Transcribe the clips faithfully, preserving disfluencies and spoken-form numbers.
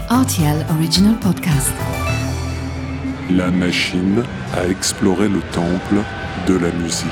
R T L Original Podcast. La machine a exploré le temple de la musique.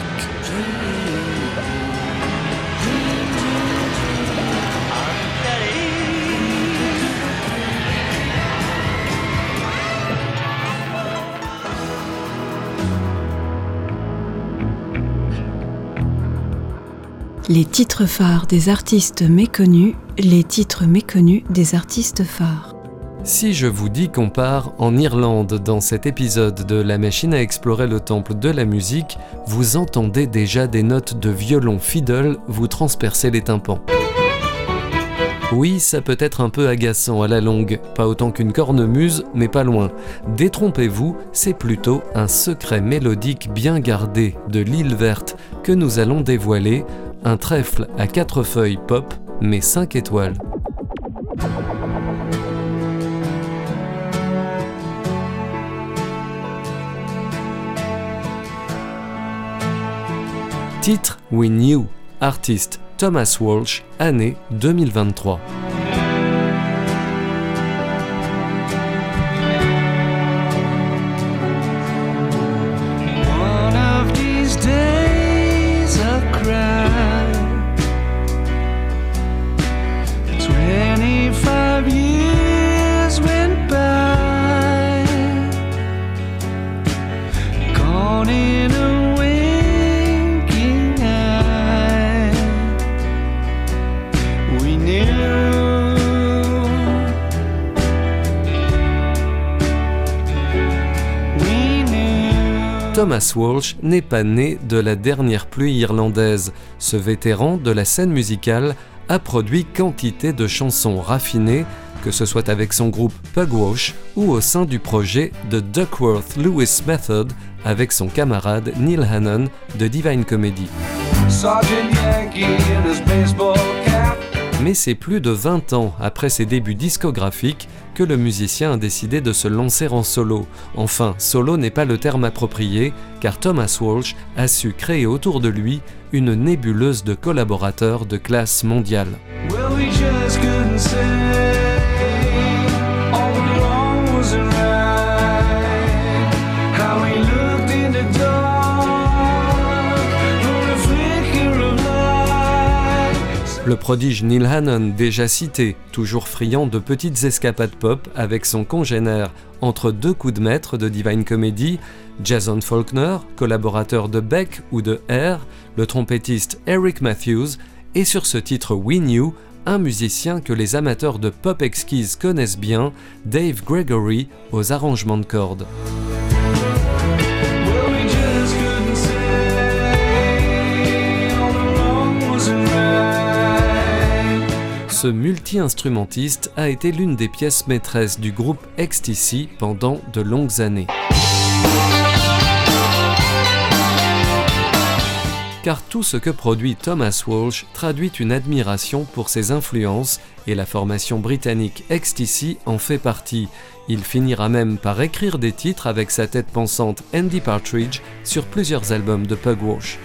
Les titres phares des artistes méconnus, les titres méconnus des artistes phares. Si je vous dis qu'on part en Irlande dans cet épisode de La machine à explorer le temple de la musique, vous entendez déjà des notes de violon fiddle vous transpercer les tympans. Oui, ça peut être un peu agaçant à la longue, pas autant qu'une cornemuse, mais pas loin. Détrompez-vous, c'est plutôt un secret mélodique bien gardé de l'île verte que nous allons dévoiler, un trèfle à quatre feuilles pop, mais cinq étoiles. Titre We Knew, artiste Thomas Walsh, année deux mille vingt-trois. Thomas Walsh n'est pas né de la dernière pluie irlandaise. Ce vétéran de la scène musicale a produit quantité de chansons raffinées, que ce soit avec son groupe Pugwash ou au sein du projet The Duckworth Lewis Method avec son camarade Neil Hannon de Divine Comedy. Mais c'est plus de vingt ans après ses débuts discographiques que le musicien a décidé de se lancer en solo. Enfin, solo n'est pas le terme approprié, car Thomas Walsh a su créer autour de lui une nébuleuse de collaborateurs de classe mondiale. Well, we just couldn't say all along wasn't right. How we looked in the dark for a flicker of light. Le prodige Neil Hannon, déjà cité, toujours friand de petites escapades pop avec son congénère entre deux coups de maître de Divine Comedy, Jason Faulkner, collaborateur de Beck ou de Air, le trompettiste Eric Matthews, et sur ce titre We Knew, un musicien que les amateurs de pop exquise connaissent bien, Dave Gregory, aux arrangements de cordes. Ce multi-instrumentiste a été l'une des pièces maîtresses du groupe X T C pendant de longues années. Car tout ce que produit Thomas Walsh traduit une admiration pour ses influences et la formation britannique X T C en fait partie. Il finira même par écrire des titres avec sa tête pensante Andy Partridge sur plusieurs albums de Pugwash.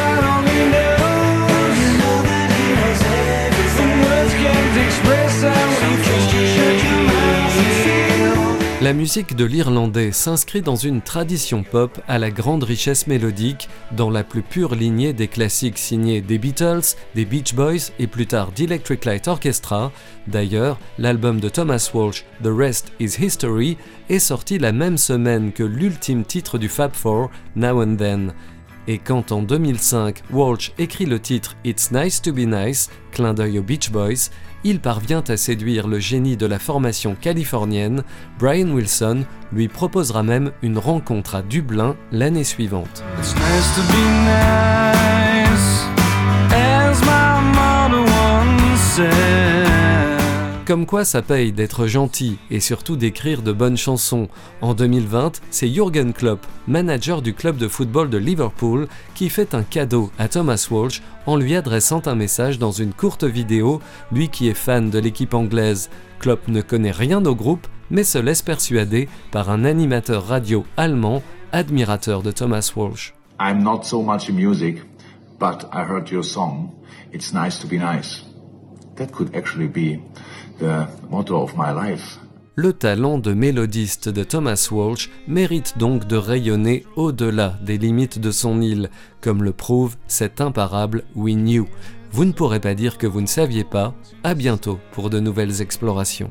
La musique de l'Irlandais s'inscrit dans une tradition pop à la grande richesse mélodique, dans la plus pure lignée des classiques signés des Beatles, des Beach Boys et plus tard d'Electric Light Orchestra. D'ailleurs, l'album de Thomas Walsh, The Rest is History, est sorti la même semaine que l'ultime titre du Fab Four, Now and Then. Et quand en deux mille cinq, Walsh écrit le titre It's Nice to Be Nice, clin d'œil aux Beach Boys, il parvient à séduire le génie de la formation californienne. Brian Wilson lui proposera même une rencontre à Dublin l'année suivante. It's nice to be nice, as my mother once said. Comme quoi ça paye d'être gentil et surtout d'écrire de bonnes chansons. En deux mille vingt, c'est Jürgen Klopp, manager du club de football de Liverpool, qui fait un cadeau à Thomas Walsh en lui adressant un message dans une courte vidéo, lui qui est fan de l'équipe anglaise. Klopp ne connaît rien au groupe, mais se laisse persuader par un animateur radio allemand, admirateur de Thomas Walsh. I'm not so much in music, but I heard your song, It's Nice to Be Nice. That could actually be the motto of my life. Le talent de mélodiste de Thomas Walsh mérite donc de rayonner au-delà des limites de son île, comme le prouve cet imparable We Knew. Vous ne pourrez pas dire que vous ne saviez pas. À bientôt pour de nouvelles explorations.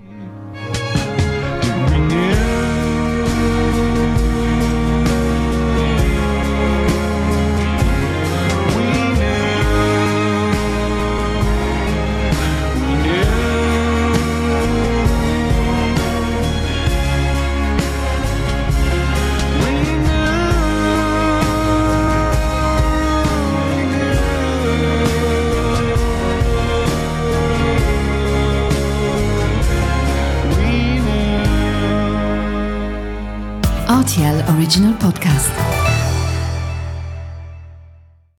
R T L Original Podcast.